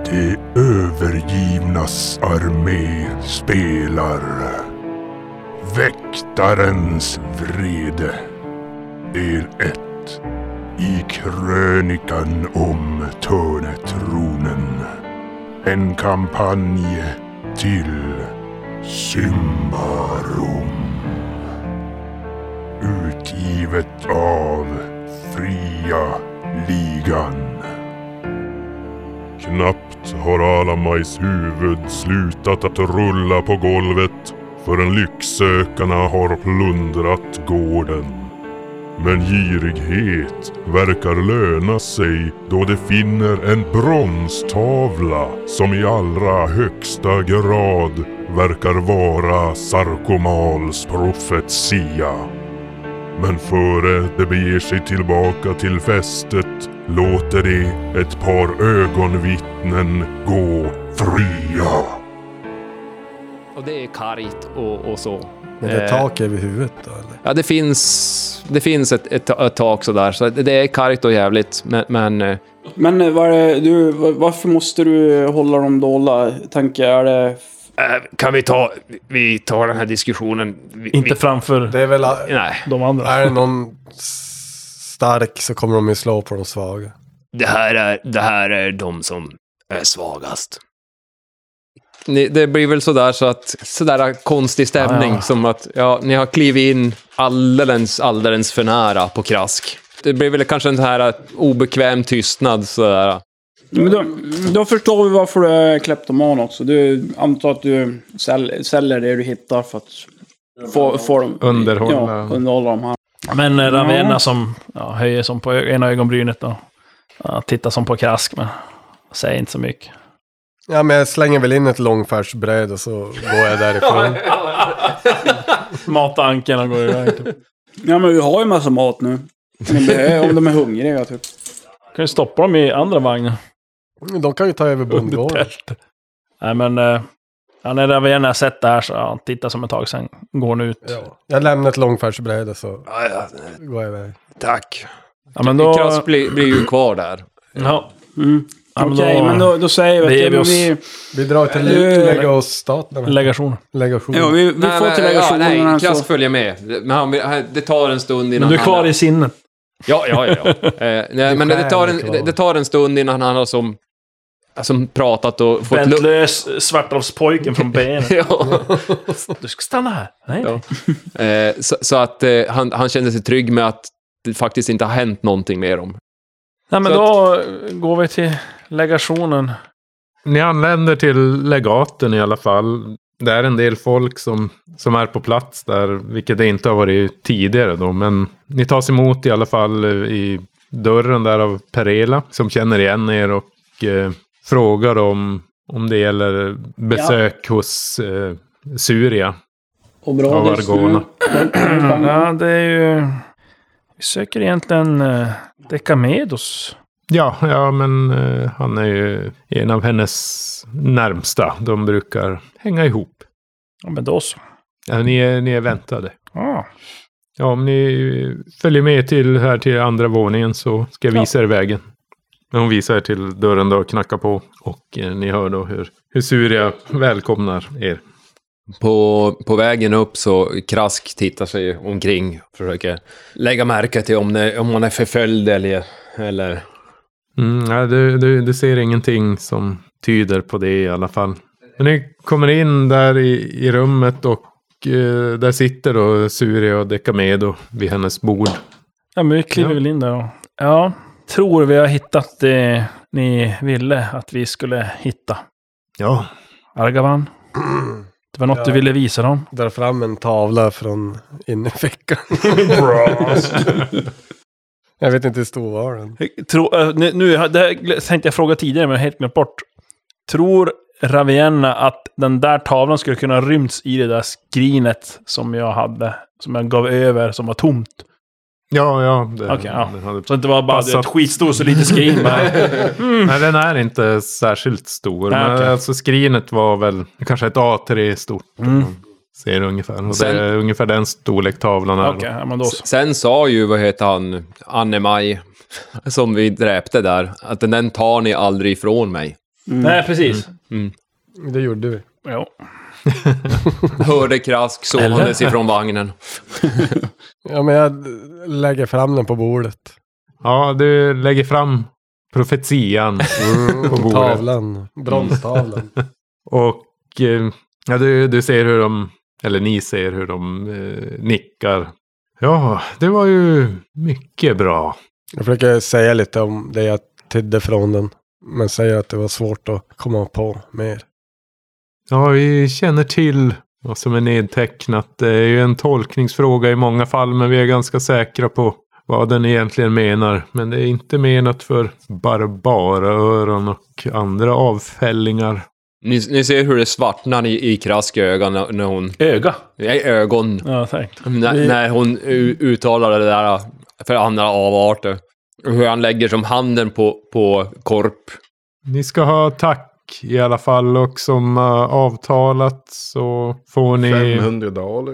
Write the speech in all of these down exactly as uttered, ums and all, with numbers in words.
De övergivnas armé spelar. Väktarens vrede. Del ett. I krönikan om Törnetronen. En kampanj till Symbarom. Utgivet av Fria Ligan. Knappt har Alamajs huvud slutat att rulla på golvet förrän lycksökarna har plundrat gården. Men girighet verkar löna sig då de finner en bronstavla som i allra högsta grad verkar vara Sarkomals profetia. Men före de beger sig tillbaka till fästet låter de ett par ögonvittnen gå fria. Och det är kargt och, och så. Men det är tak över huvudet då, eller? Ja, det finns, det finns ett, ett, ett tak sådär. Så det är kargt och jävligt. Men... Men, men var det, du, varför måste du hålla dem dolda? Tänker jag, är det... Kan vi ta... Vi tar den här diskussionen... Vi, Inte vi, framför det är väl, nej. De andra. Är det någon stark så kommer de ju slå på de svaga. Det här är, det här är de som är svagast. Ni, det blir väl sådär så att sådär konstig stämning, ja, ja. Som att ja, ni har klivit in alldeles, alldeles för nära på Krask. Det blir väl kanske en så här obekväm tystnad sådär. Men då, då förstår vi varför du är kleptoman också. Du antar att du säl, säljer det du hittar för att få, få dem underhålla. Ja, underhålla dem här. Men äh, Ravenna ja. som ja, höjer som på ena ögonbrynet och ja, tittar som på Krask, men säger inte så mycket. Ja, men jag slänger väl in ett långfärdsbröd och så går jag därifrån. Mata anken och går iväg. Ja, men vi har ju massa mat nu. Om, det är, om de är hungriga, typ. Kan ju stoppa dem i andra vagnar. De kan ju ta över bondgården. Nej, men äh, ja, när Ravenna har sett det här så ja, tittar som ett tag, sen går han ut. Ja. Jag lämnar ett långfärdsbröd och så ja, ja. går jag iväg. Tack. Ja, men då... Krask blir, blir ju kvar där. Ja. Mm. Ja, Okej, okay, då, men då, då säger vi att vi, oss, vi, vi drar till äh, lägga oss staten. Legation. Legation. Ja, vi, vi nej, får till legationen. Ja, nej, alltså. Krask följer med. Men han, det tar en stund innan men du är kvar han... i sinnet. Ja, ja, ja. ja. eh, nej, men det tar, en, det, det tar en stund innan han har som, som pratat och fått... Vänt lös svartavspojken från benen. Ja. Du ska stanna här. Nej, ja. nej. Eh, så, så att eh, han, han kände sig trygg med att det faktiskt inte har hänt någonting med dem. Nej, men så då att... går vi till legationen. Ni anländer till legaten i alla fall. Det är en del folk som, som är på plats där, vilket det inte har varit tidigare då. Men ni tas emot i alla fall i dörren där av Perela som känner igen er och eh, frågar om, om det gäller besök ja. hos eh, Suria och bra av Argona. Ja, det är ju... Vi söker egentligen eh, Dekamedos. Ja, ja, men eh, han är ju en av hennes närmsta. De brukar hänga ihop. Ja, men då så. Ja, ni är, ni är väntade. Ah. Ja, om ni följer med till här till andra våningen så ska jag visa ja. er vägen. Men hon visar er till dörren då och knackar på. Och eh, ni hör då hur, hur Suria välkomnar er. På, på vägen upp så Krask tittar sig omkring. Försöker lägga märke till om, det, om man är förföljd eller... eller... Mm, ja, du, du, du ser ingenting som tyder på det i alla fall. Men ni kommer in där i, i rummet och eh, där sitter då Suria och Dekamedo vid hennes bord. Ja, men vi kliver ja. väl in där då. Ja, tror vi har hittat det ni ville att vi skulle hitta. Ja. Argavan. Det var något ja. du ville visa dem. Dra fram en tavla från innerfickan. Jag vet inte hur stor var den. Tro, nu, nu det tänkte jag fråga tidigare men jag har helt glömt bort. Tror Ravenna att den där tavlan skulle kunna rymts i det där skrinet som jag hade, som jag gav över, som var tomt? Ja, ja. Det, okay, ja. Det så det var bara ett skitstor så lite skrin. mm. Nej, den är inte särskilt stor. Nej, men okay. alltså skrinet var väl kanske ett A tre stort. Mm. Ser ungefär. Och sen, det är ungefär den storlek tavlan är. Okay, ja, sen sa ju, vad heter han, Anne-Maj, som vi dräpte där, att den tar ni aldrig ifrån mig. Mm. Nej, precis. Mm. Det gjorde vi. Jo. Hörde Krask sovandes ifrån vagnen. Ja, men jag lägger fram den på bordet. Ja, du lägger fram profetian på bordet. Tavlan. Bronstavlan. Och eh, ja, du, du ser hur de, eller ni ser hur de eh, nickar. Ja, det var ju mycket bra. Jag försöker säga lite om det jag tydde från den. Men säger att det var svårt att komma på mer. Ja, vi känner till vad som är nedtecknat. Det är ju en tolkningsfråga i många fall, men vi är ganska säkra på vad den egentligen menar. Men det är inte menat för barbara öron och andra avfällingar. Ni, ni ser hur det svartnar i, i Krask ögon när, när hon... Öga. Nej, ögon. Ja, tänkt. När, Vi- när hon u, uttalar det där för andra avarter. Hur han lägger som handen på, på korp. Ni ska ha tack i alla fall, och som uh, avtalat så får ni... femhundra daler.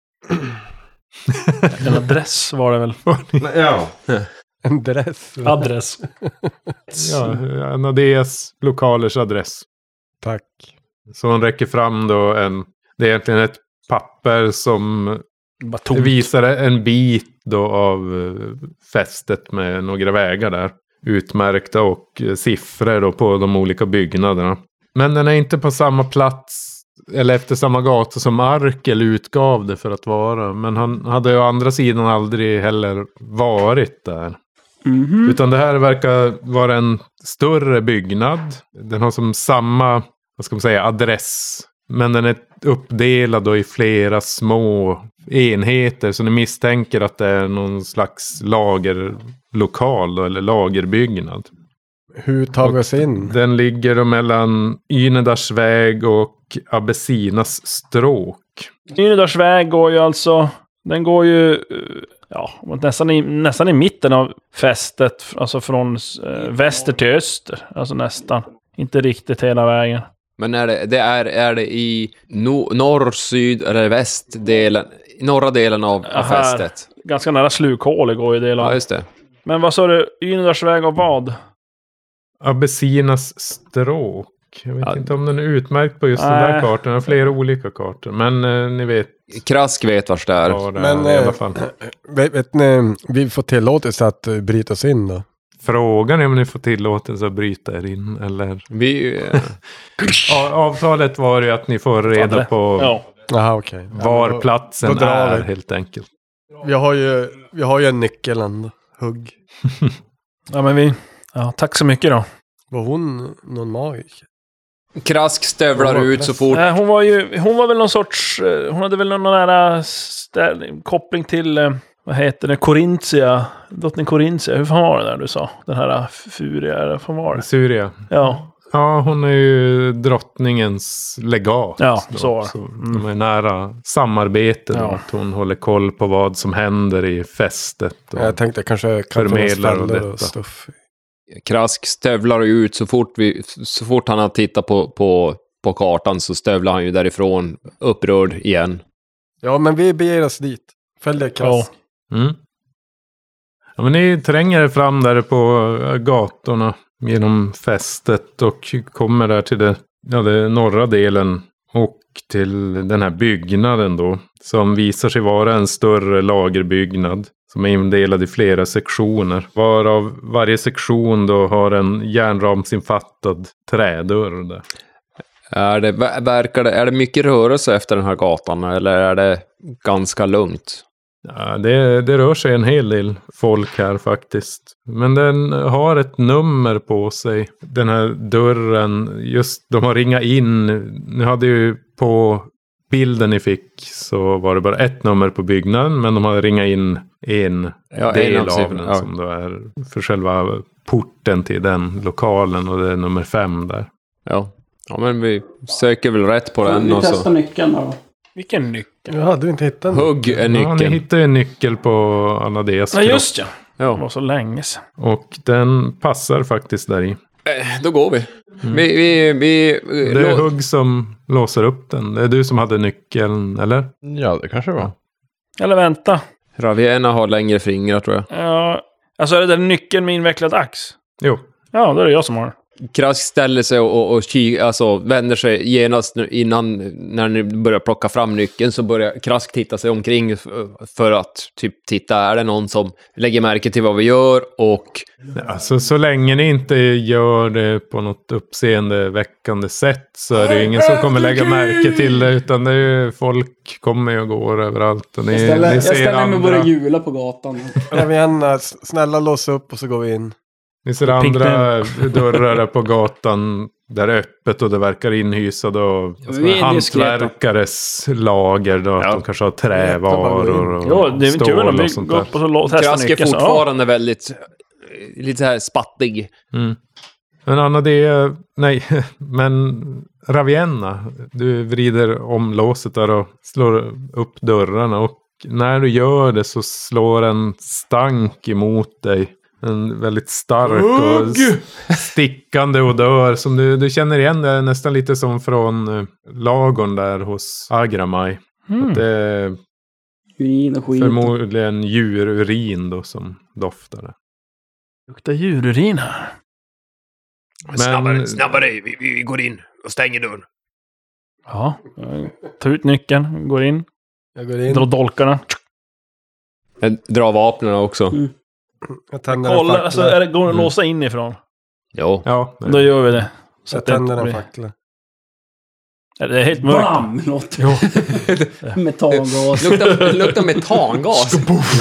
En adress var det väl. Nej, ja. En dress. Adress. Ja, Anadeas lokalers adress. Tack. Så hon räcker fram då en... Det är egentligen ett papper som Bara tomt. visar en bit då av eh, fästet med några vägar där. Utmärkta och eh, siffror då på de olika byggnaderna. Men den är inte på samma plats eller efter samma gata som Arkel utgav det för att vara. Men han hade ju å andra sidan aldrig heller varit där. Mhm. Utan det här verkar vara en större byggnad. Den har som samma, vad ska man säga, adress. Men den är uppdelad då i flera små enheter. Så ni misstänker att det är någon slags lagerlokal då, eller lagerbyggnad. Hur tar vi oss in? Den ligger då mellan Ynedars väg och Abessinas stråk. Ynedars väg går ju alltså... Den går ju... eh, Ja, nästan i, nästan i mitten av fästet. Alltså från eh, väster till öster. Alltså nästan. Inte riktigt hela vägen. Men är det, det är, är det i no, norr, syd eller västdelen, norra delen av, av Här. fästet? Ganska nära slukhålet går ju det. Ja, just det. Men vad sa du? Ynedars väg och vad? Abessinas stråk. Jag vet Ja. inte om den är utmärkt på just den Nej. där kartan. Den har flera olika kartor. Men eh, ni vet Krask vet vars det är. vad det Men, är i alla eh, fall. Vet, vet ni, vi får tillåtelse att uh, bryta oss in då? Frågan är om ni får tillåtelse att bryta er in. Eller... Vi, eh, Ja, avtalet var ju att ni får reda på Ja. Jaha, okej. var Ja, då- platsen då drar är vi. helt enkelt. Vi har ju, vi har ju en nyckel ändå. Hugg. Ja, men vi... Ja, tack så mycket då. Var hon någon magiker? Krask stövlar ut så fort. Nej, hon var ju... Hon var väl någon sorts... eh, Hon hade väl någon nära ställ, koppling till... eh, Vad heter det? Korintia. Drottning Korintia. Hur fan var det där du sa? Den här eh, Furia. Eller vad fan var det? Syria. Ja. Ja, hon är ju drottningens legat. Ja, då. så var det. så de är nära samarbete. Då, Ja. att hon håller koll på vad som händer i fästet. Och... Jag tänkte kanske kan Förmedlar och fällor och detta. stuff. Krask stövlar ut så fort, vi, så fort han har tittat på, på, på kartan så stövlar han ju därifrån upprörd igen. Ja, men vi beger oss dit. Följ Krask. Mm. Ja, men ni tränger er fram där på gatorna genom fästet och kommer där till det, ja, det norra delen och till den här byggnaden då som visar sig vara en större lagerbyggnad som är indelad i flera sektioner, varav varje sektion då har en järnramsinfattad trädörr där. Är det, ver- verkar det, är det mycket rörelse efter den här gatan eller är det ganska lugnt? Ja, det, det rör sig en hel del folk här faktiskt. Men den har ett nummer på sig. Den här dörren, just de har ringat in. Nu hade ju på bilden ni fick så var det bara ett nummer på byggnaden. Men de har ringat in en Ja, del en av av siffrorna, den ja. som då är för själva porten till den lokalen. Och det är nummer fem där. Ja, ja men vi söker väl rätt på den Vi och testar så. nyckeln då. Vilken nyckel? Jag hade inte hittat den. Hugg är Ja, ni nyckeln. hittar ju en nyckel på Anadeas Ja, kropp. just ja. Det Ja, var så länge sedan. Och den passar faktiskt där i. eh, då går vi. Vi, vi, vi, Det är lå- Hugg som låser upp den. Det är du som hade nyckeln, eller? Ja, det kanske det var. Eller vänta. Raviena har längre fingrar tror jag. Ja, alltså är det den nyckeln med invecklad ax? Jo. Ja, då är det jag som har den. Krask ställer sig och, och, och kik, alltså, vänder sig genast nu innan, när ni börjar plocka fram nyckeln, så börjar Krask titta sig omkring för att typ titta, är det någon som lägger märke till vad vi gör? Och Alltså, så länge ni inte gör det på något uppseendeväckande sätt så är det ju ingen som kommer lägga märke till det, utan det är ju, folk kommer och går överallt. Och ni, Jag ställer, ni jag ser ställer mig och andra, börjar jula på gatan. Ravienna, snälla lås upp och så går vi in. ni ser andra dörrar där på gatan där det är öppet och det verkar inhysade och vi är diskreta. hantverkares lager då, att de kanske har trävaror och Ja, det är inte stål kul. och Vi sånt går där. upp och så lå- testar Krask är nyckeln. så, ja. fortfarande väldigt, lite så här spattig. Mm. Men Anna, det är... Nej, men Ravienna, du vrider om låset där och slår upp dörrarna. Och när du gör det så slår en stank emot dig. En väldigt stark och stickande odör som du, du känner igen. Det nästan lite som från eh, lagorn där hos Agramaj. Mm. Att det är Urin och skit. förmodligen djururin då som doftar det. Luktar djururin här. Men- Snabbare, snabbare, vi, vi går in och stänger dörren. Ja, jag tar ut nyckeln, går in, Jag går in. drar dolkarna. Jag drar vapnen också. Mm. Jag tänder en Kolla, fackla. alltså är det, går det att låsa inifrån? Jo. Ja, Då gör vi det. Så jag att det tänder inte en blir- fackla. Ja, det är helt mörkt. Bam! Något. Jo. Metangas. Luktar, luktar metangas.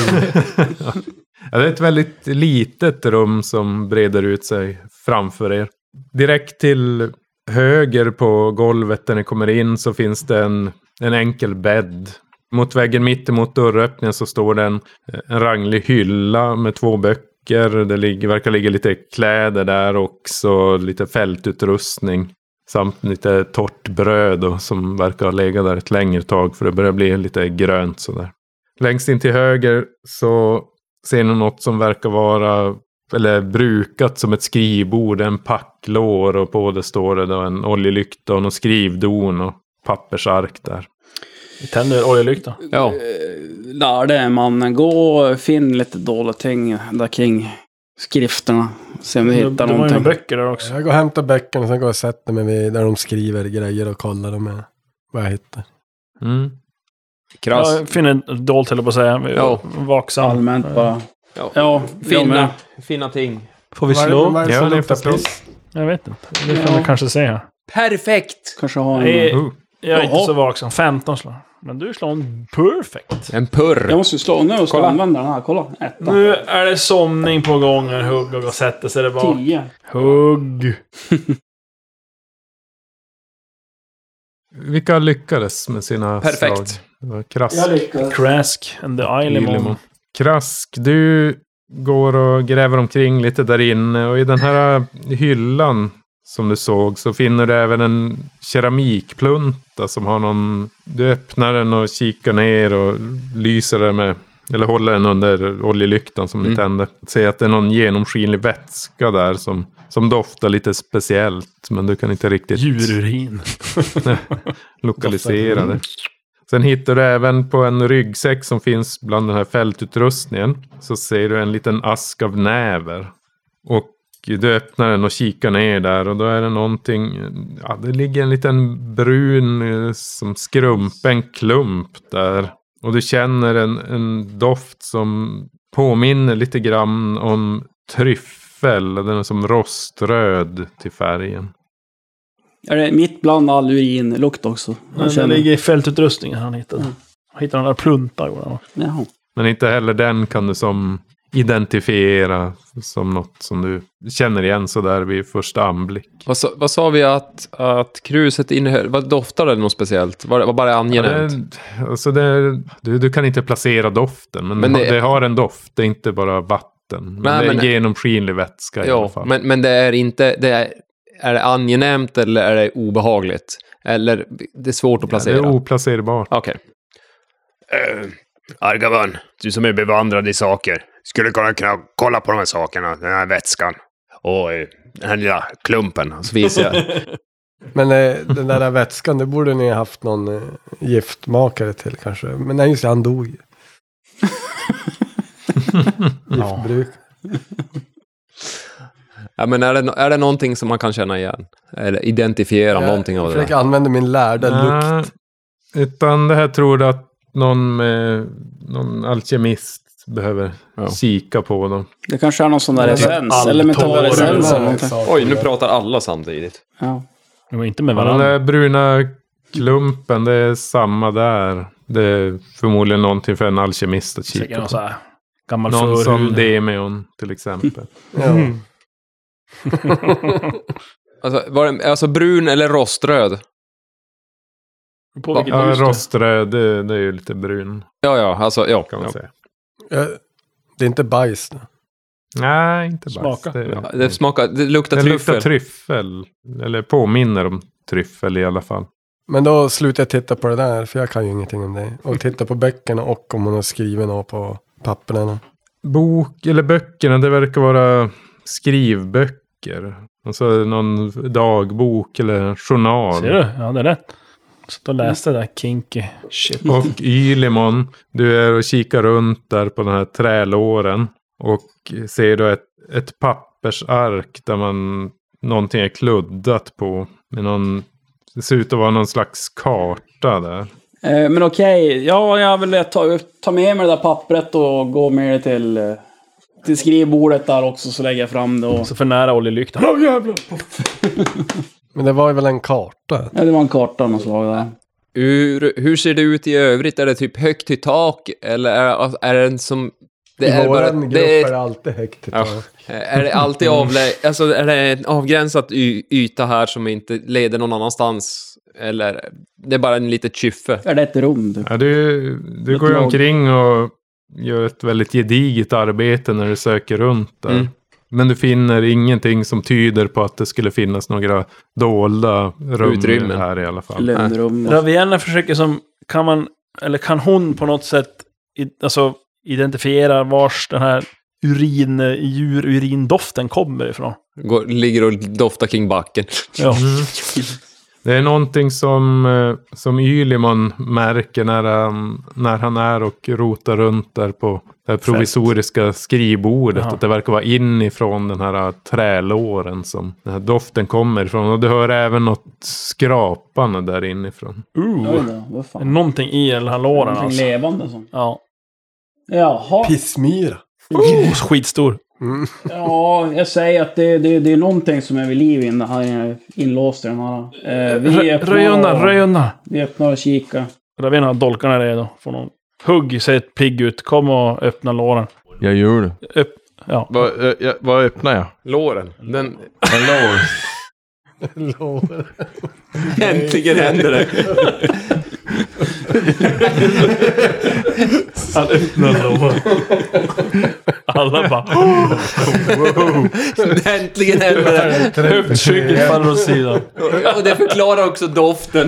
Ja, det är ett väldigt litet rum som breder ut sig framför er. Direkt till höger på golvet där ni kommer in så finns det en, en enkel bädd. Mot väggen mitt emot dörröppningen så står det en, en ranglig hylla med två böcker. Det ligger, verkar ligga lite kläder där också, lite fältutrustning. Samt lite torrt bröd då, som verkar ha legat där ett längre tag för det börjar bli lite grönt sådär. Längst in till höger så ser ni något som verkar vara eller brukat som ett skrivbord, en packlår och på det står det då en oljelykta och en skrivdon och pappersark där. Vi tänder oljelykta. Ja. Lärde mannen. Gå och finn lite dåliga ting där kring skrifterna. Se om du Det hittar det var ju någonting. några böcker där också. Jag går och hämtar böckerna och sen går jag och sätter mig vid där de skriver grejer och kollar dem med vad jag hittar. Mm. Krass. Jag finner dolt eller på att säga. Ja. Vaksam. Allmänt bara. Ja. Ja, Fina, fina ting. Får vi Vad är det- slå? vad är det Ja, som det är luktar förstås. piss? Jag vet inte. Det kan Ja. vi kanske se här. Perfekt! Kanske ha en... Nej. Oh. Jag är inte Jaha. så vaksam. femton slår. Men du slår en perfect. En purr. Jag måste slå nu och ska Kolla. använda den här. Kolla. Etta. Nu är det somning på gången. Hugg och sätter sig där bak. Tio. Hugg. Vilka lyckades med sina Perfekt. slag? Det var Krask. lyckas. Krask and the Islemon. Ilemon. Krask, du går och gräver omkring lite där inne och i den här hyllan som du såg så finner du även en keramikplunta som har någon... Du öppnar den och kikar ner och lyser den med... Eller håller den under oljelyktan som Mm. ni tände. Ser att det är någon genomskinlig vätska där som, som doftar lite speciellt. Men du kan inte riktigt Djururin. lokalisera det. Sen hittar du även på en ryggsäck som finns bland den här fältutrustningen. Så ser du en liten ask av näver. Och du öppnar den och kikar ner där. Och då är det någonting... Ja, det ligger en liten brun eh, som skrumpen klump där. Och du känner en, en doft som påminner lite grann om tryffel. Den är som roströd till färgen. Är det mitt bland all urinlukt också? Jag Men den känner- ligger i fältutrustningen han hittade. Mm. Han hittade den där pluntar. gjorde han. Jaha. Men inte heller den kan du som identifiera som något som du känner igen så där vid första anblick. Vad sa, vad sa vi att, att kruset innehöll? Vad doftade det något speciellt? Var det var bara Ja, angenämt? det, alltså det, du, du kan inte placera doften, men, Men det, det- det har en doft. Det är inte bara vatten. Men Nej, det är en men- genomskinlig vätska i alla Ja, fall. men, men det är inte... Det är, är det angenämt eller är det obehagligt? Eller det är svårt att Ja, det placera? är oplacerbart. Okej. Uh, Argavan, du som är bevandrad i saker, skulle kunna, kunna kolla på de här sakerna, den här vätskan och uh, den här lilla klumpen. Så visar jag. Men eh, den där vätskan, det borde ni ha haft någon eh, giftmakare till kanske. Men nej, just det, han dog ju. Giftbruk. Ja, men är det, är det någonting som man kan känna igen? Eller identifiera någonting av det Jag där? använder min lärda Nej, lukt. utan det här tror du att någon, med, någon alkemist behöver Ja. kika på dem. Det kanske är någon sån där Ja, essens. allt Elementär tål- essens eller någonting. Oj, nu pratar alla samtidigt. Ja. De var inte med Den varandra. där bruna klumpen, det är samma där. Det är förmodligen någonting för en alkemist att Säkert kika någon på. så här gammal Någon som förhud. Demeon till exempel. Ja. Alltså, var det, alltså brun eller roströd? På vilket Ja, ljus det- roströd, det, det är ju lite brun Ja, ja, alltså, ja. kan man ja. säga. Ja, det är inte bajs. Då. Nej, inte bara. Smaka. Det, Ja, det smakar, det luktar det tryffel. luktar tryffel. Eller påminner om tryffel i alla fall. Men då slutar jag titta på det där, för jag kan ju ingenting om det. Och titta på böckerna och om hon har skrivit något på papperna. Bok, eller böckerna, det verkar vara skrivböcker. Alltså någon dagbok eller journal. Ser du? Ja, det är rätt. Så då läste det där kinky shit. Och Ylimon, du är och kikar runt där på den här trälåren. Och ser då ett, ett pappersark där man någonting är kluddat på. Med någon, det ser ut att vara någon slags karta där. Eh, men okej, ja, jag vill ta, ta med mig det där pappret och gå med det till, eh, till skrivbordet där också, så lägger jag fram det. Och... Så för nära oljelyktan. Åh jävlar! Men det var ju väl en karta. Ja, det var en karta av något slag där. Hur, hur ser det ut i övrigt? Är det typ högt i tak? Eller är, är det en som... Det I är vår bara... grupp Det är är, det alltid högt i Ja. tak. är det alltid avlä... Alltså är det en avgränsat y- yta här som inte leder någon annanstans? Eller det är bara en litet kyffe? Är det ett rum? Typ? Ja, du du Ett går ju lag. omkring och gör ett väldigt gediget arbete när du söker runt där. Mm. Men du finner ingenting som tyder på att det skulle finnas några dolda rum Utrymmen. här i alla fall. Lönnrum. Ravienna försöker som... Kan man... Eller kan hon på något sätt... I, alltså identifiera vars den här urin... Djur-urindoften kommer ifrån? Går, ligger och doftar kring backen. Ja. Det är någonting som, eh, som Ylimon märker när han, när han är och rotar runt där på det här provisoriska skrivbordet. Jaha. Att det verkar vara inifrån den här trälåren som den här doften kommer ifrån. Och du hör även något skrapande där inifrån. Oj Uh, då, vad det är fan. någonting i den här låren Någonting alltså. levande som. Ja. Jaha. Pissmyra. Oh, skitstor. Mm. Ja, jag säger att det, det, det är någonting som är vid liv in det här, inlåst i den här. Eh, vi, Rö- öppnar Röj undan, och, röj undan. vi öppnar och kikar. Ravienna har dolkarna redo. Får någon hugg, ser ett pigg ut. Kom och öppna låren. Jag gör det. Öpp... Ja. Vad, eh, jag, vad öppnar jag? Låren. Den... En lår. Lår. Äntligen händer det. Han öppnar låren. Alla bara... Äntligen händer det. Höftskygget faller åt sidan. Och det förklarar också doften.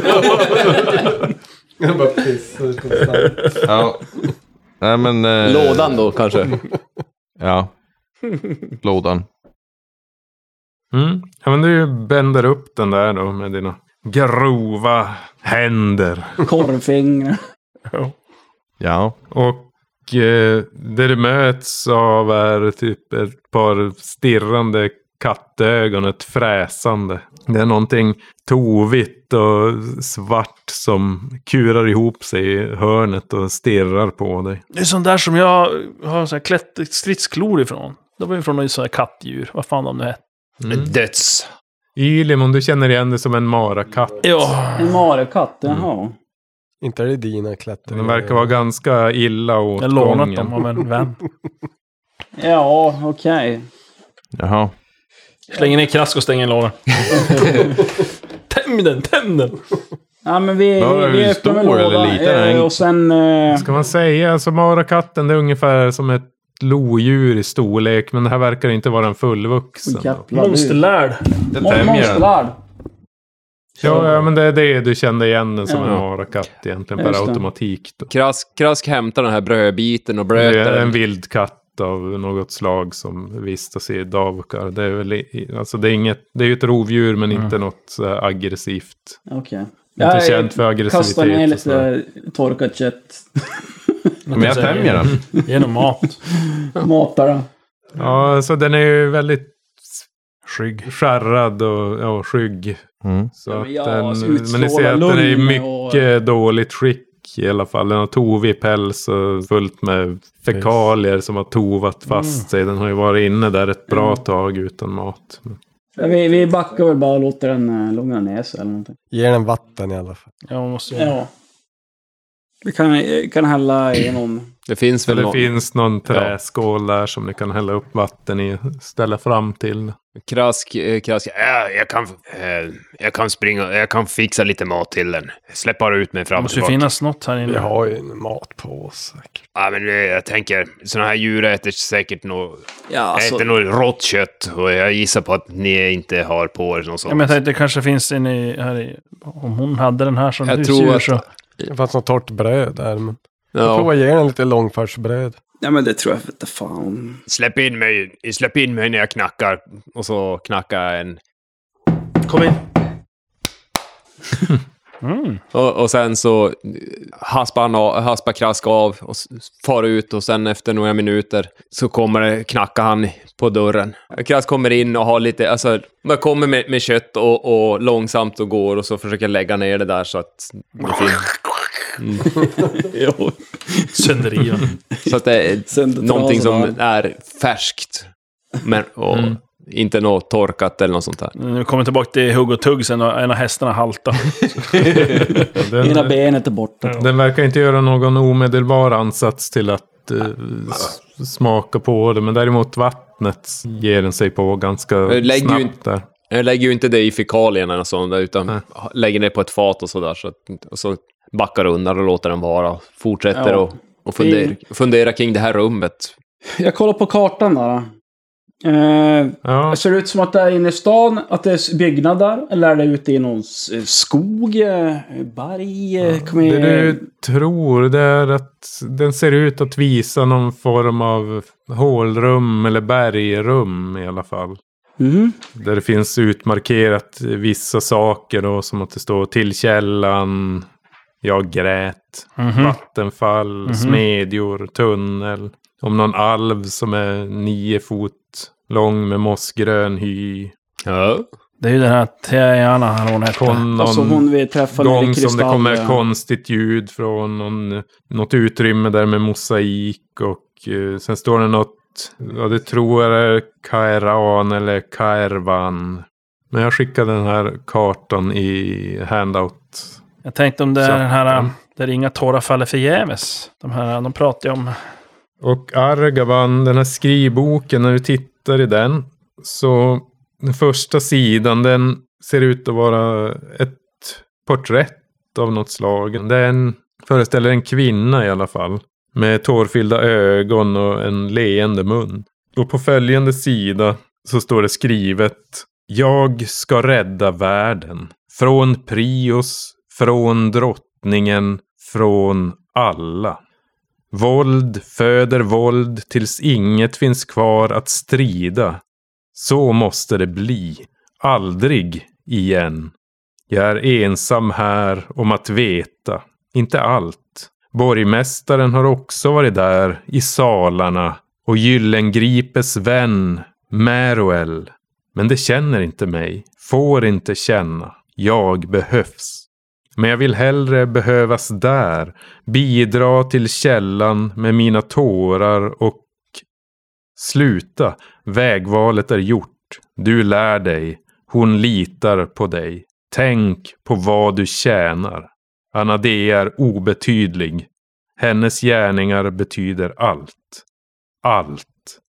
Jag bara pissar konstant. Ja. Nej men... Eh, Lådan då kanske. Ja. Lådan. Mm. Ja, men du bänder upp den där då med dina grova händer. Korvfingrar. Ja. Och eh, det du möts av är typ ett par stirrande kattögon, ett fräsande. Det är någonting tovigt och svart som kurar ihop sig i hörnet och stirrar på dig. Det är sånt där som jag har så här klätt stridsklor ifrån. Det var ju från något sånt här kattdjur. Vad fan de nu hette. Mm. Döds. Ylimon, du känner igen det som en marakatt. Ja. En marekatt, jaha. Inte är det dina klätter. Den verkar vara ganska illa åt Jag har lånat gången. dem av en vän. Ja, okej. Jaha. Slänger ner krask och stänger låren. Täm den, täm den! Ja, men vi, Var vi, vi det öppnar stor med lådan. eller liten? Eh, och sen... Eh, Ska man säga, alltså marakatten det är ungefär som ett lodjur i storlek. Men det här verkar inte vara en fullvuxen. då. jävlar, du. Monsterlärd. Jag Mon- tämjer den. Monsterlärd. Ja, ja, men det är det du kände igen den som Ja. en marakatt egentligen Just per det. automatik. Då. Krask, krask hämtar den här brödbiten och Det blöter är en den. vild katt av något slag som vistas i davkar. Det är väl, i- alltså det är inget, det är ju ett rovdjur men inte något så här aggressivt. Okej. Inte känt för aggressivitet. Kastar ner och sådär. lite torkat kött. Men jag tämjer den. Genom mat. Matar den. Ja, så den är ju väldigt Skygg. skärrad och ja, skygg. Mm. Så Ja, att men jag den, alltså men ni utstrålar ser att den är i lugn mycket dåligt skick i alla fall. Den har tovig päls och fullt med fekalier som har tovat fast sig. Den har ju varit inne där ett bra tag utan mat. Ja, vi, vi backar väl bara och låter den uh, lugna ner sig eller någonting. Ge den vatten i alla fall. Ja, man måste Ja. Vi kan, kan hälla i någon... Det finns väl Det någon... finns någon träskål där som ni kan hälla upp vatten i. Ställa fram till. Krask, eh, krask. Ja, jag kan, eh, jag kan springa, jag kan fixa lite mat till den. Släpp bara ut mig Det fram och måste ju tillbaka. finnas något här Vi inne. har ju en mat på oss säkert. Ja, men eh, jag tänker, såna här djur äter säkert något, Ja, alltså, äter något rått kött. Och jag gissar på att ni inte har på er något sånt. Ja, men jag tänkte det kanske finns en i, här i... Om hon hade den här som Jag husdjur tror att- så... Det fanns något torrt bröd där. Men jag Ja. provar ge den lite långfärdsbröd. ja, men det tror jag inte fan. Släpp in mig, släpp in mig när jag knackar. Och så knackar en... Kom in. Mm. Och, och sen så haspar, han av, haspar Krask av och s- far ut. Och sen efter några minuter så kommer det, knackar han på dörren. Krask kommer in och har lite... Alltså, man kommer med, med kött och, och långsamt och går. Och så försöker lägga ner det där så att det finns... Jo. Sönderiven. Så att det är Sen någonting som trasen är färskt. Men, och Mm. inte något torkat eller något sånt där. Nu kommer tillbaka till hugg och tugg sen och en av hästarna halta. Mm. Ena Den, benet är borta. den verkar inte göra någon omedelbar ansats till att eh, s- smaka på det. Men däremot vattnet ger den sig på ganska Jag lägger ju snabbt inte- där. Jag lägger ju inte det i fekalierna och sånt där, utan Nej. lägger det på ett fat och sådär. Så att, och så backar undan och låter den vara. Fortsätter Ja. och, och fundera, Fin. fundera kring det här rummet. Jag kollar på kartan där. Eh, Ja, ser det ut som att det är inne i stan? Att det är byggnader? Eller är det ute i någon s- skog? eh, Berg? eh, Kom det igen. du tror det är att den ser ut att visa någon form av hålrum eller bergrum i alla fall. Mm. Där det finns utmarkerat vissa saker då, som att det står till källan, jag grät, Mhm. vattenfall, Mhm. smedjor, tunnel. Om någon alv som är nio fot lång med mossgrön hy. Ja. Det är ju den här Tiana här hon hette. Kon, Alltså någon hon vi träffade nere i gång som det kristall. kommer eh, konstigt ljud från någon, något utrymme där med mosaik. Och eh, sen står det något, ja det tror jag är Kairan eller Kairvan. Men jag skickade den här kartan i handout. Jag tänkte om det Så, är den här ja. där inga tårar faller förgäves. De här, de pratar ju om... Och Argaban, den här skrivboken, när du tittar i den. Så den första sidan, den ser ut att vara ett porträtt av något slag. Den föreställer en kvinna i alla fall. Med tårfyllda ögon och en leende mun. Och på följande sida så står det skrivet: jag ska rädda världen. Från Prios, från drottningen, från alla. Våld föder våld tills inget finns kvar att strida. Så måste det bli. Aldrig igen. Jag är ensam här om att veta. Inte allt. Borgmästaren har också varit där i salarna. Och Gyllengripes vän, Meruel. Men det känner inte mig. Får inte känna. Jag behövs. Men jag vill hellre behövas där. Bidra till källan med mina tårar och... Sluta. Vägvalet är gjort. Du lär dig. Hon litar på dig. Tänk på vad du tjänar. Anadea är obetydlig. Hennes gärningar betyder allt. Allt.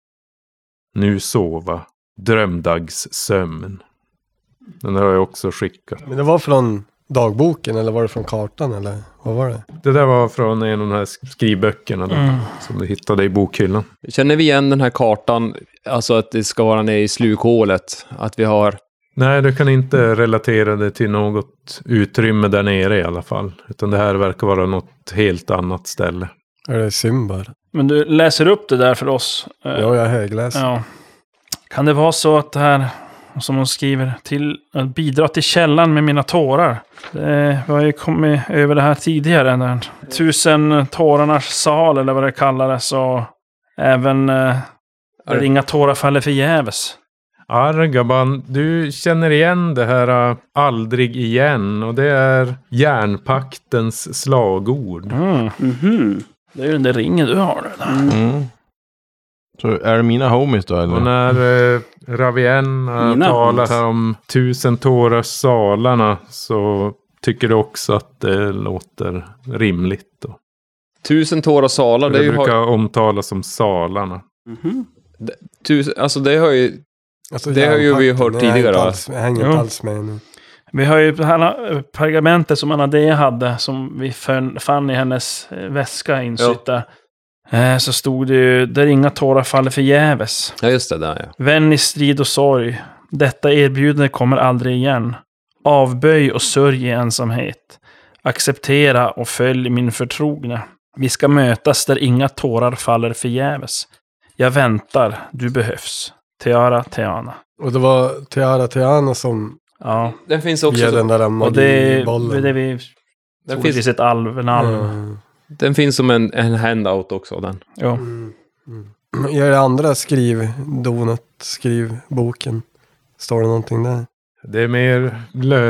Nu sova. Drömdagssömn. Den har jag också skickat. Men det var från dagboken eller var det från kartan eller vad var det? Det där var från en av de här skrivböckerna där, Mm. som du hittade i bokhyllan. Känner vi igen den här kartan? Alltså att det ska vara nere i slukhålet. Att vi har... Nej, du kan inte relatera det till något utrymme där nere i alla fall. Utan det här verkar vara något helt annat ställe. Är det Simbar? Men du läser upp det där för oss. Eh, Ja, jag högläser. Ja. Kan det vara så att det här, som hon skriver, till att bidra till källan med mina tårar? Det, vi har ju kommit över det här tidigare. Den tusen tårarnas sal eller vad det kallades. Och även eh, där inga tårar faller förgäves. Argaban, du känner igen det här uh, aldrig igen. Och det är järnpaktens slagord. Mm. Mhm. Det är ju den där ringen du har där. Mm. Så är det mina homies då eller? Och när uh, Ravienna Mina talar homies. här om tusen tårars salarna så tycker du också att det låter rimligt då. Tusen tårar salar, det, Det är ju, brukar har, omtalas som salarna. Mhm. tusen, alltså det har ju... Alltså, Det har ju vi järnpakten, hört jag hänger tidigare, inte va? alls- Jag hänger inte Ja. alls med nu. Vi har ju det här pergamentet som Anadea hade, som vi fann, fann i hennes eh, väska insytt där. Eh, så stod det ju, där inga tårar faller förgäves. Ja, just det där, ja. Vän i strid och sorg. Detta erbjudande kommer aldrig igen. Avböj och sörj i ensamhet. Acceptera och följ min förtrogna. Vi ska mötas där inga tårar faller förgäves. Jag väntar, du behövs. Teara Teana. Och det var Tiara Tiana som Ja, Den finns också... ger den där och det är magibollen. det vi... Den Den finns, finns ett alv, en alv. Mm. den finns som en, en handout också, den. Ja. Mm. Mm. Gör det andra skrivdonet, skrivboken. Står det någonting där? Det är mer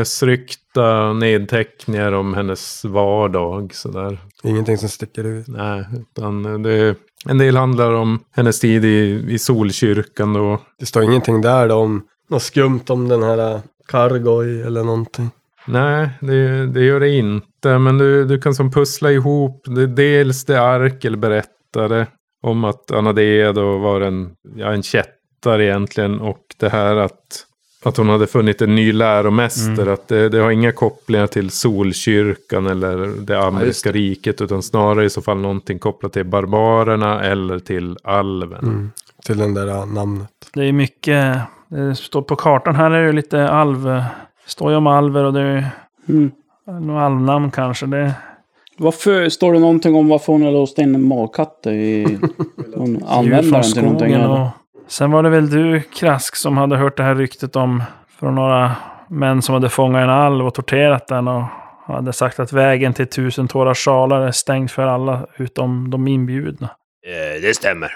lösryckta nedteckningar om hennes vardag sådär. Ingenting som sticker ut. Nej, utan det, en del handlar om hennes tid i, i Solkyrkan då. Det står ingenting där då om något skumt om den här Kargoj eller någonting. Nej, det, det gör det inte. Men du, du kan som pussla ihop det, dels det Arkel berättade om att Anadea då var en, ja, en kättare egentligen. Och det här att, att hon hade funnit en ny läromästare. Mm. Att det, det har inga kopplingar till Solkyrkan eller det ameriska Ja, riket. Utan snarare i så fall någonting kopplat till barbarerna eller till alven. Mm. Till den där namnet. Det är mycket... Det står på kartan här är det lite alv... Det står ju om alver och det är Mm. några alvnamn kanske. Det, Varför står det någonting om varför hon har låst in en magkatt i... Hon djur använder från den till någonting. skogen eller? och... Sen var det väl du, Krask, som hade hört det här ryktet om... Från några män som hade fångat en alv och torterat den och hade sagt att vägen till tusen tårars salar är stängd för alla utom de inbjudna. Eh, det stämmer.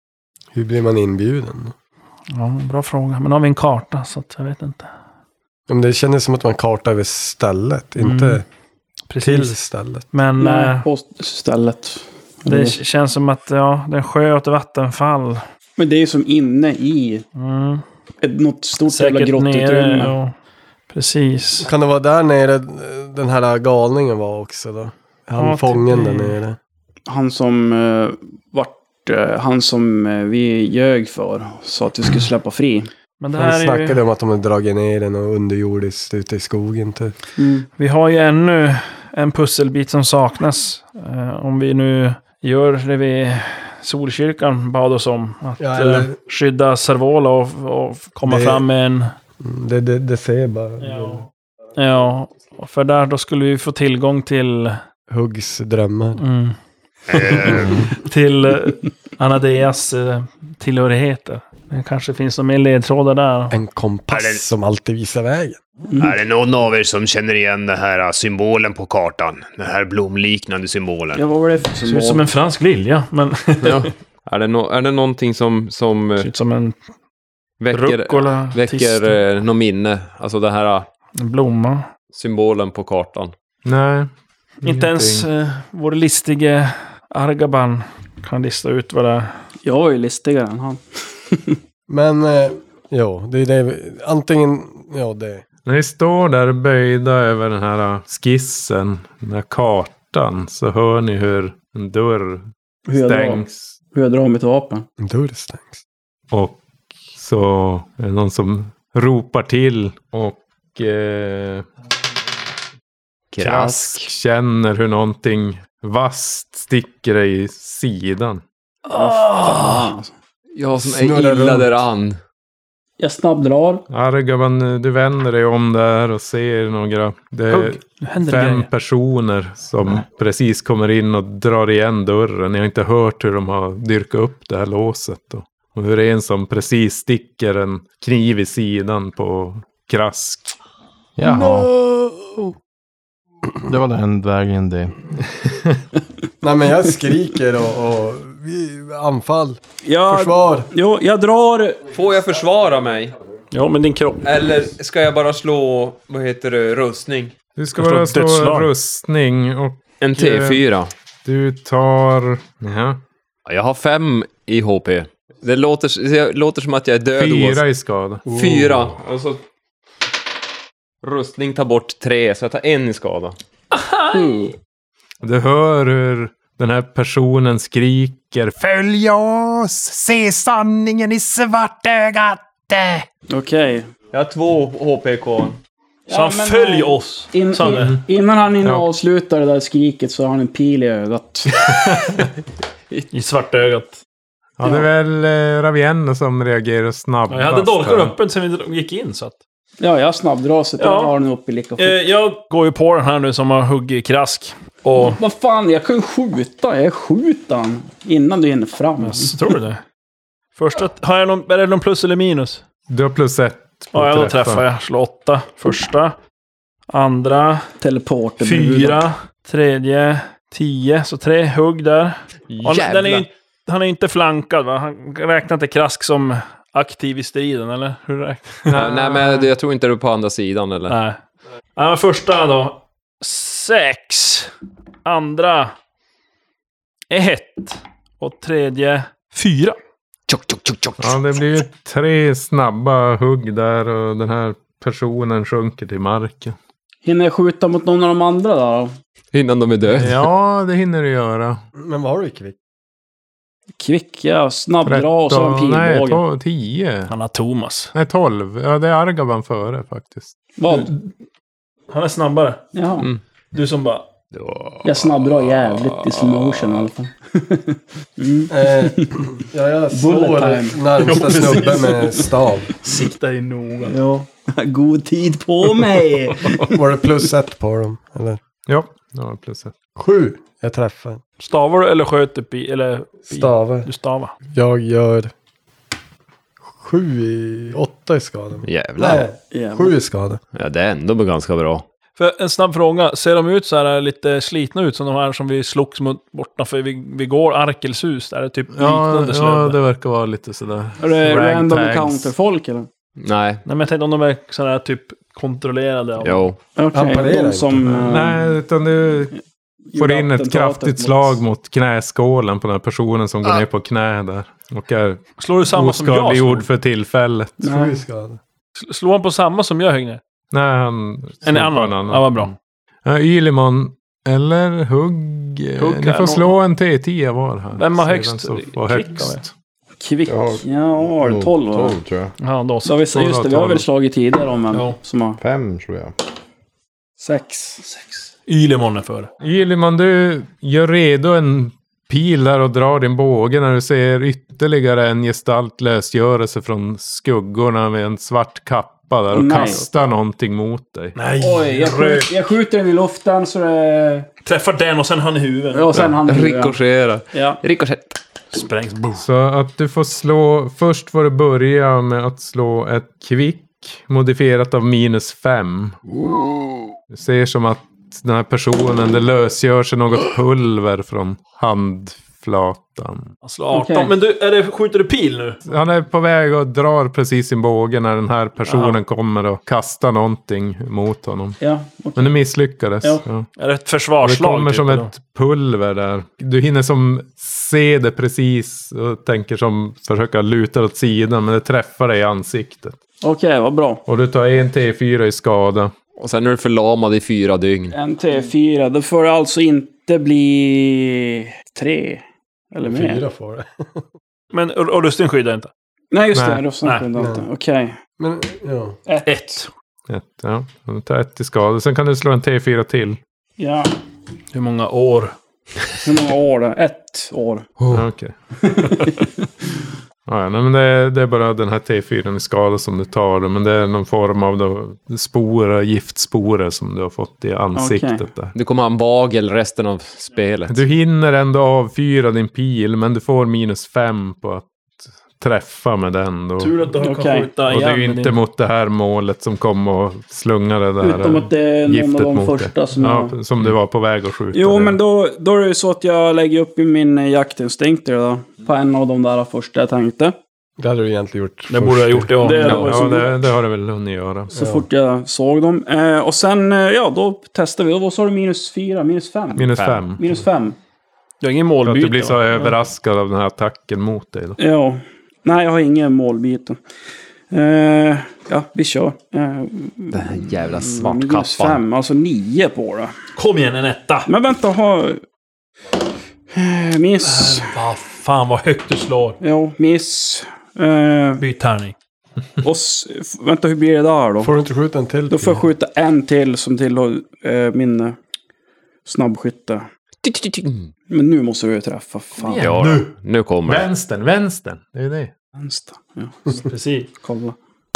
Hur blir man inbjuden? Ja, bra fråga. Men har vi en karta så att jag vet inte. Men det kändes som att man kartar över stället, inte Mm. till Precis. stället. Men Nej, eh, på stället. det känns som att ja, det är en sjö och ett vattenfall. Men det är som inne i Mm. ett, något stort jävla Säkert grottutrymme. nere. Ja. Precis. Kan det vara där nere den här galningen var också då? Han Ja, fången typ där det. nere. Han som uh, vart... eh, han som eh, vi ljög för. Sa att vi skulle släppa fri. Men det Han här är snackade ju, om att de hade dragit ner den och underjordiskt ute i skogen typ. Mm. vi har ju ännu en pusselbit som saknas. Eh, om vi nu gör det vi Solkyrkan bad oss om. Att Ja, eller- eh, skydda Servola och, och komma Det- fram med en... Mm, Det, det, det ser bara. Ja. Ja, för där då skulle vi få tillgång till... Huggs drömmar. Mm, Eh, till eh, Anadeas eh, tillhörigheter. Det kanske finns några mer ledtrådar där. En kompass Är det- som alltid visar vägen. Är det någon av er som känner igen den här uh, symbolen på kartan? Den här blomliknande symbolen? Ja, vad var det för Det ser ut som en fransk lilja, men... Ja. Är, det no, är det någonting som, som Det eh, ser ut som en väcker, rucola. väcker eh, något minne? Alltså den här eh, En blomma. symbolen på kartan. Nej. Inte ens eh, vår listige Argaban kan lista ut vad det är. Jag är ju listigare än han. Men, eh, ja, det är det. vi- Antingen, ja det. När ni står där böjda över den här skissen, den här kartan, så hör ni hur en dörr Hur jag drar, stängs. hur jag drar mitt vapen. En dörr stängs. Och så är det någon som ropar till och eh, Krask känner hur någonting vasst sticker i sidan. Fan, alltså. Jag som är Snurrar illa runt. däran. Jag snabbdrar. Argaban, du vänder dig om där och ser några... Det är Hugg, nu händer det fem grejer. personer som precis kommer in och drar igen dörren. Ni har inte hört hur de har dyrkat upp det här låset. Då. Och hur det är en som precis sticker en kniv i sidan på Krask. Jaha, det var den vägen det. Nej men jag skriker och, och vi, anfall. Jag, Försvar. Jo, jag drar... Får jag försvara mig? Ja, men din kropp. Eller ska jag bara slå, vad heter det, rustning? Du ska Jag bara slår slå dödsslag. rustning och En T fyra. du tar... Ja, Jag har fem i H P. Det låter, det låter som att jag är död. fyra i skada. Fyra. Och så... Rustning tar bort tre, så jag tar en i skada. Du hör hur den här personen skriker: Följ oss! Se sanningen i svartögat! Okej. Jag har två H P kvar. Så han men, följ eh, oss. In, sa han det. in, innan han hinner Ja. avsluta det där skriket så har han en pil i ögat. I svartögat. Ja, det är väl eh, Ravienna som reagerar snabbast. Ja, jag hade dolken här. öppen sen vi gick in så att... Ja, jag snabbdrar så att Ja. jag har den uppe lika fort. Eh, jag går ju på den här nu som har huggit krask. Och... Vad fan, jag kan ju skjuta. Jag skjuter han innan du hinner fram. Så tror du det? Första... Har jag någon... Är det någon plus eller minus? Du har plus ett på Ja, ja, då träffa. träffar jag. Slå åtta. Första. Andra. Teleporter. Fyra. Tredje. Tio. Så tre hugg där. Och den är ju, han är inte flankad, va? Han räknar inte krask som aktiv i striden, eller? Hur räknar Nej, nej, men jag tror inte du är på andra sidan, eller? Nej. Ja, men första då. Sex. Andra. Ett. Och tredje. Fyra. Tjock, tjock, tjock, tjock. Ja, det blir ju tre snabba hugg där och den här personen sjunker till marken. Hinner jag skjuta mot någon av de andra då? Innan de är döda. Ja, det hinner du göra. Men vad har du i kvick? Kvick, ja. Snabbdra och så en tretton, nej, pilbåge. to- tio. Han har Thomas. Nej, tolv. Ja, det är Argaban före faktiskt. Vad? Han är snabbare. Jaha. Mm. Du som bara... Jag snabbdrar jävligt i slow motion i alla fall. mm. Eh, ja, jag Bullet slår time. närmsta snubben med stav. Sikta in noga. Ja. God tid på mig! Var det plus ett på dem? Eller? Ja, ja plus ett. Sju. Jag träffar. Stavar du eller sköter pi... Eller... Pi? Stavar. Du stavar. Jag gör sju i... Åtta i skada. Jävlar. Nej, Jävlar. sju i skada. Ja, det är ändå ganska bra. För en snabb fråga. Ser de ut så här lite slitna ut som de här som vi slogs mot borta för vi, vi går Arkelshus? Där det är typ Ja, liknande ja, slödder. det verkar vara lite sådär. Är det random Ragtags. encounter-folk eller? Nej. Nej, men jag tänkte om de är sådär typ kontrollerade. Av... Jo. Okej, Han parerar de som... inte. eh, Nej, utan du får gjorde in ett attentatet kraftigt mot- slag mot knäskålen på den här personen som går ner på knä där. Och är Slår du samma som jag oskadliggjord slog? för tillfället. Sju i Nej. skada. Slår han på samma som jag, Högne? Nej, han En slår på annan? Ja, vad bra. Ja, Ylimon. Eller hugg. Hugg Ni här, får någon- slå en T tio var här. Vem har Se högst som får klick av högst. Kvick. Ja. Ja, det är tolv va? tolv tror jag. Ja, då Så så. har vi, just det, vi har väl slagit tidigare om en Ja. som har Fem tror jag. sex. Ylemon är för. Ylimon, du gör redo en pil där och drar din båge när du ser ytterligare en gestalt lösgöra sig från skuggorna med en svart kappa där och Nej. kastar någonting mot dig. Nej. Oj, jag, skjut, jag skjuter den i luften så det... Träffar den och sen han i huvudet. Ja, och sen han... Ricochetera. Ja. Ricochet. Sprängs. Boom. Så att du får slå, först får du börja med att slå ett kvick modifierat av minus fem. Du ser som att den här personen, det lösgör sig något pulver från handflatan. Han slår arton. Okej. Men du, är det, skjuter du pil nu? Han är på väg och drar precis sin båge när den här personen kommer och kastar någonting mot honom. Ja, okej. Men det misslyckades. Ja. Ja. Är det ett Och det försvarsslag? kommer typ, som eller? ett pulver där. Du hinner som se det precis och tänker som försöka luta åt sidan, men det träffar dig i ansiktet. Okej, vad bra. Och du tar en T fyra i skada. Och sen är du förlamad i fyra dygn. En T fyra, då får det alltså inte bli tre. Eller mer. Fyra får det. Men och, och rustning skyddar inte? Nej, just Nej. det. Rustning Nej. kunde inte. Okej. Men, ja. Ett. Ett. Ett, ja. Du tar ett i skada. Sen kan du slå en T fyra till. Ja. Hur många år? Hur många år då? Ett år. Ja, okej. Ja, nej, men det är, det är bara den här T fyra i skada som du tar. Men det är någon form av då, sporer, giftsporer som du har fått i ansiktet Okej. där. Du kommer ha en bagel resten av spelet. Du hinner ändå avfyra din pil, men du får minus fem på att träffa med den då. Tur att du kan Okej. skjuta Och det är igen ju med inte din... mot det här målet som kom och slungade det där Utom att det är någon giftet av de mot första dig. som Ja, jag... som du var på väg att skjuta. Jo, det. men då, då är det ju så att jag lägger upp i min jaktinstinkter då. På en av de där första jag tänkte. Det hade du egentligen gjort. Det borde jag ha gjort, det. Det- Det, det var ju Ja, så det, det har det väl hunnit göra. Så fort jag såg dem. Eh, och sen, eh, ja, då testade vi. Och vad sa du? Minus fyra? Minus fem? Minus fem. Minus fem. jag har ingen För att målbyte. du blir så va? överraskad av den här attacken mot dig. Då. Ja. Nej, jag har ingen målbyte. Eh, ja, vi kör. Eh, Den här jävla minus svartkappan. fem, alltså nio på det. Kom igen, en etta! Men vänta, ha... Eh, miss. Vad fan vad högt du slår. Ja, miss. Eh, Byt tärning. och s- f- vänta, hur blir det där då? Får du inte skjuta en till? Då får jag skjuta en till som tillhör eh, min eh, snabbskytte. Men nu måste du ju träffa. Fan. Ja, nu. nu kommer det. Vänstern, vänstern. Det är det. Vänster. Ja, Precis. kolla.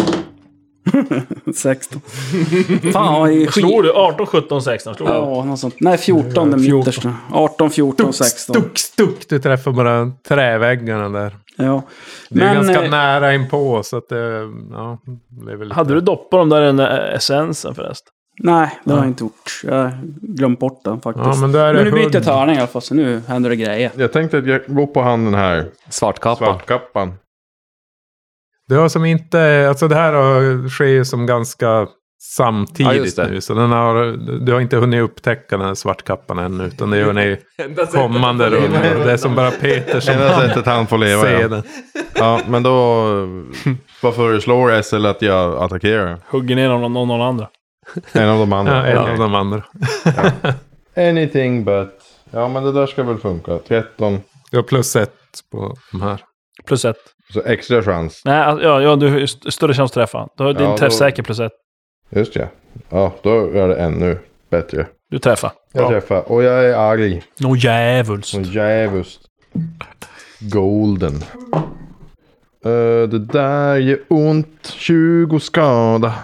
sexton. Fan, vad är skit. Slår du arton, sjutton, sexton? Slår du? Ja, något sånt. Nej, fjorton den fjorton. mittersta. arton, fjorton, sexton. Stuck, stuck. Du träffar bara träväggarna där. Ja. Det är Men, ganska eh, nära inpå så att det, ja, det är väl lite... Hade du doppat dem där i den där essensen förresten? Nej, det har jag inte gjort. Jag har glömt bort den faktiskt. Ja, men då är det men nu byter hund. jag tärning i alla fall, så nu händer det grejer. Jag tänkte att jag går på han den här Svartkappan. svartkappan. Det har som inte, alltså det här har- sker ju som ganska Ja, samtidigt just det. nu. Så den har, du har inte hunnit upptäcka den här svartkappan ännu. Utan det gör ni kommande rundor. Det är som bara Peter som Enda sättet han får leva. ser Ja. den. Ja, men då... Vad föreslår S L att jag attackerar? Hugger ner någon, någon, någon andra. En av de Ja, andra. en Okej. av de andra. Anything but... Ja, men det där ska väl funka. tretton. Du har plus ett på de här. Plus ett. Så extra chans. Nej, alltså, ja, ja, du har st- större chans att träffa. Du har din Ja, träffsäker plus ett. Just ja. Ja, då är det ännu bättre. Du träffar. Jag träffar. Och jag är arg. Nå djävulskt. Och djävulskt. Golden. Uh, det där gör ont. tjugo skada.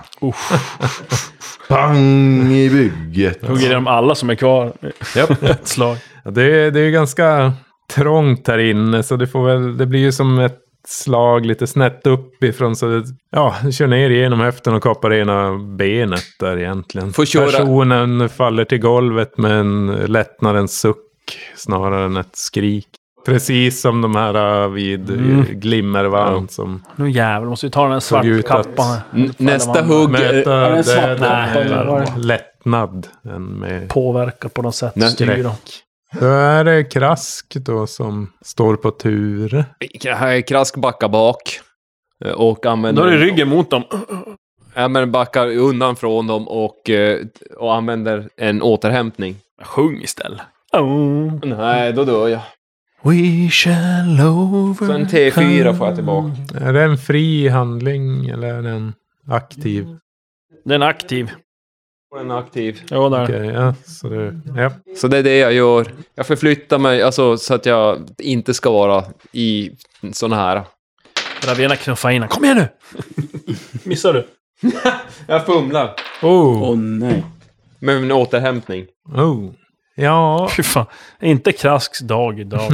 Pang i bygget. Hugger de alla som är kvar. Japp. Ett slag. Ja, det, är, det är ju ganska trångt här inne. Så det, får väl, det blir ju som ett slag lite snett uppifrån. Så det, ja, du kör ner genom höften och kapar ena benet där egentligen. Får köra- Personen faller till golvet med en lättnadens suck snarare än ett skrik. Precis som de här äh, vid mm. Glimmervand som Nu jävlar, måste vi ta den här Såg ut att- svartkappan. N- nästa hugg... eh, möter är det en det svart är kappa eller vad är den lättnad än med Påverkar på något sätt. Nej, Styr dem. Då är det Krask då som står på tur. Krask backar bak. eh, Och använder... Då är det ryggen mot dem. Ja, men backar undan från dem och, eh, och använder en återhämtning. Sjung istället. Oh. Nej, då dör jag. We shall over. Så en T fyra får jag tillbaka. Är det en fri handling eller är det en aktiv? Den är aktiv. En aktiv. Ja, där. Okej, ja, så det, ja. Så det är det jag gör. Jag förflyttar mig alltså, så att jag inte ska vara i såna här. Ravena knuffar in. Kom igen nu! Missar du? Jag fumlar. Oh. Åh nej. Med en återhämtning. Oh. Ja, Fy fan. Inte Krasks dag idag.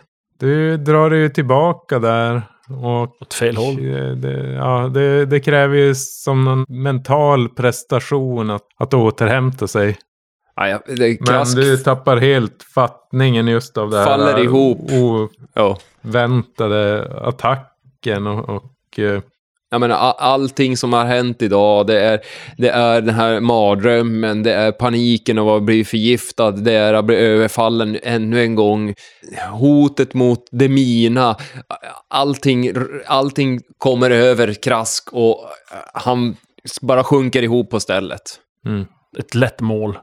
du drar dig ju tillbaka där. Och Åt fel håll. det, ja, det, det kräver ju som en mental prestation att, att återhämta sig. Ja, ja, det är Men krask. du tappar helt fattningen just av det här. Faller ihop. Ja. Oväntade attacken och, och eh, Jag menar, all, allting som har hänt idag, det är, det är den här mardrömmen, det är paniken av att bli förgiftad, det är att bli överfallen ännu en gång, hotet mot det mina, allting, allting kommer över Krask och han bara sjunker ihop på stället. mm. Ett lätt mål.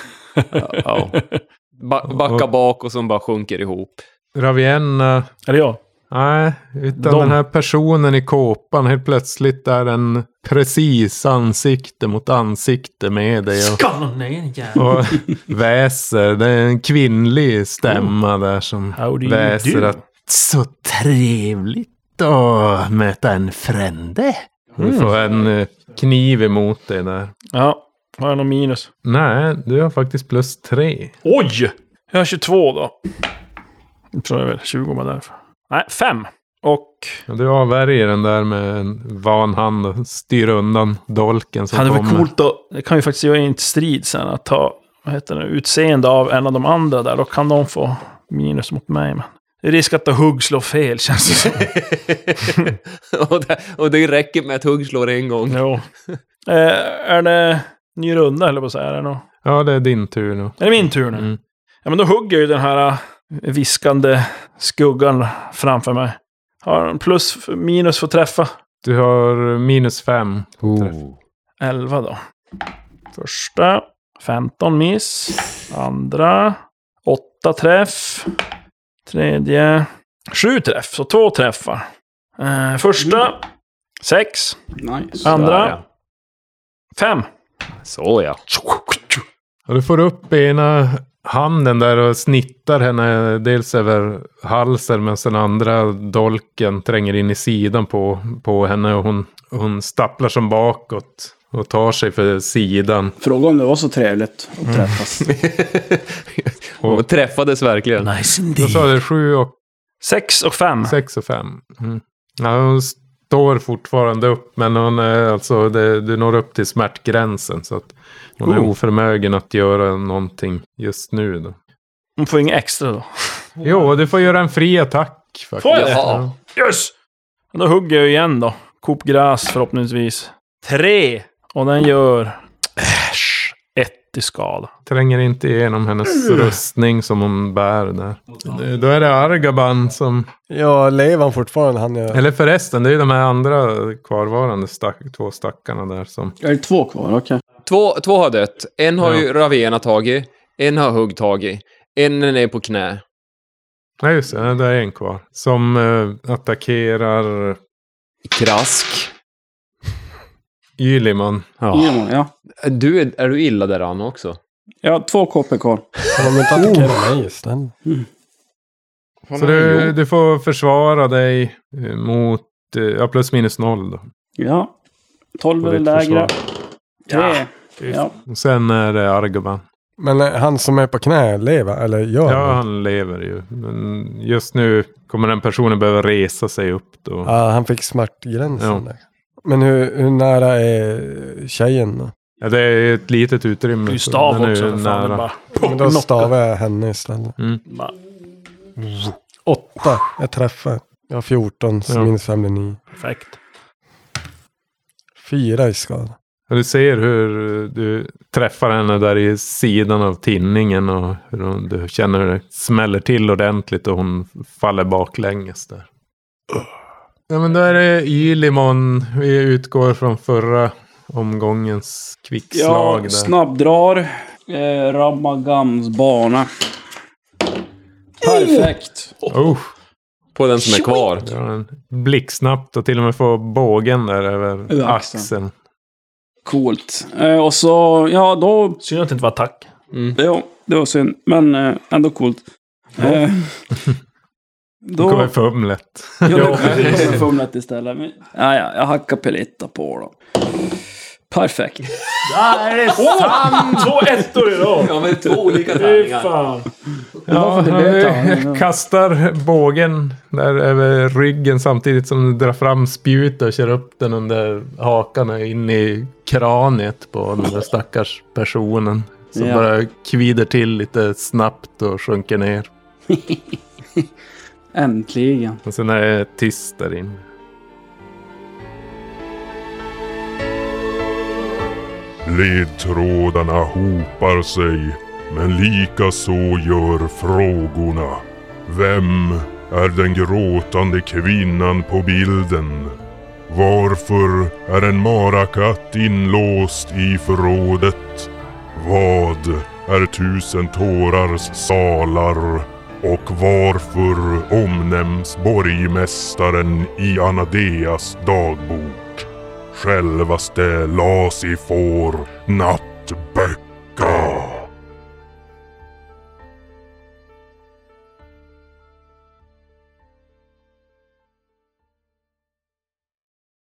Ja. Ba- backa bak och som bara sjunker ihop. Ravienna. Eller jag. Nej, utan De. den här personen i kåpan helt plötsligt är en precis ansikte mot ansikte med dig och, Skall ner jävlar. och väser. Det är en kvinnlig stämma där som How do you väser do? att så trevligt att möta en frände. Du får en eh, kniv emot dig där. Ja. Har jag någon minus? Nej, du har faktiskt plus tre. Oj! Jag har tjugotvå då. Jag tror jag väl tjugo var därför. Nej, fem. Och Ja, du avvärjer den där med en van hand och styr undan dolken som hade kommer. varit coolt då. Det kan ju faktiskt göra i en strid sen att ta, vad heter det, utseende av en av de andra där. Då kan de få minus mot mig. Men Det är risk att det hugg slår fel, känns det som. och, det, och det räcker med att hugg slår en gång. Jo. Eh, är det ny runda, eller vad säger är det nog? Ja, det är din tur nu. Är det min tur nu? Mm. Ja, men då hugger ju den här uh, viskande skuggan framför mig. Har en plus, minus för träffa. Du har minus fem. Oh. elva då. Första, femton miss. Andra, åtta träff. Tredje, sju träff. Så två träffar. Eh, första, sex. Nice. Andra, Ja, ja. fem. Så ja. Och du får upp ena handen där och snittar henne dels över halsen, men sen andra dolken tränger in i sidan på, på henne och hon, hon stapplar som bakåt och tar sig för sidan. Fråga om det var så trevligt att träffas. Och träffades verkligen. Nice Då indeed. sa det sju och Sex och fem. sex och fem. Mm. Ja, hon står fortfarande upp, men hon är alltså, det, du når upp till smärtgränsen så att hon är Oh. oförmögen att göra någonting just nu då. Hon får inget extra då. Jo, du får göra en fri attack faktiskt. Får jag det? Ja. Yes! Då hugger jag igen då. Kop gräs förhoppningsvis. Tre. Och den gör... Äsch. Ett i skada. Tränger inte igenom hennes rustning som hon bär där. Det- Då är det Argaban som... Ja, lever han fortfarande? Han är... Eller förresten, det är ju de här andra kvarvarande stack, två stackarna där som... Är det två kvar? Okej. Två, två har dött. En har Ja. ju Ravena tagit. En har hugg tagit. En är på knä. Nej, just det, det är en kvar. Som uh, attackerar Krask. Yliman. Ja. Ja. Ja. Du, är, är du illa där han också? Jag har två koppar kvar. Kan de inte attackera mig istället? Så du, du får försvara dig eh, mot... eh, Ja, plus minus noll då. Ja. tolv På eller ditt lägre. försvar. Tre. Ja. Och sen är det Argaban. Men eh, han som är på knä lever, eller gör Ja, han? han lever ju. Men just nu kommer den personen behöva resa sig upp då. Ja, han fick smärtgränsen Ja. där. Men hur, hur nära är tjejen då? Ja, det är ett litet utrymme. Det är ju så stav den är också. ju För fan, det är nära. bara... Men då stavar jag henne istället. Mm. bara... Åtta, jag träffar. Jag har fjorton, så Ja. minus fem blir nio. Perfekt. Fyra i skada. Och du ser hur du träffar henne där i sidan av tinningen och hur hon, du känner hur det smäller till ordentligt och hon faller baklänges där. Ja, men då är det Ylimon. Vi utgår från förra omgångens kvickslag Jag där. snabbdrar. Eh, Ramagams bana. Perfekt. Oh, På den som är kvar. det var en blixtsnabbt och till och med få bågen där över Över axeln. axeln. Coolt. Eh, och så, ja då... Synd att det inte var attack. Mm. Ja, det var synd. Men eh, ändå coolt. Eh, Då kommer fumlet. Ja, det kommer fumlet istället. Men, ja, ja, jag hackar Pelitta på då. Perfekt. Där är det sant! Två ettor idag! Ja, men två olika Fy tärningar. fan. Ja, det blev du det. kastar bågen där över ryggen samtidigt som du drar fram spjut och kör upp den under hakan in i kraniet på den där stackars personen. Som Ja. bara kvider till lite snabbt och sjunker ner. Äntligen. Och sen är det tyst där inne. Ledtrådarna hopar sig, men lika så gör frågorna. Vem är den gråtande kvinnan på bilden? Varför är en marakatt inlåst i förrådet? Vad är tusen tårars salar? Och varför omnämns borgmästaren i Anadeas dagbok? Självaste Lasifor Nattböck.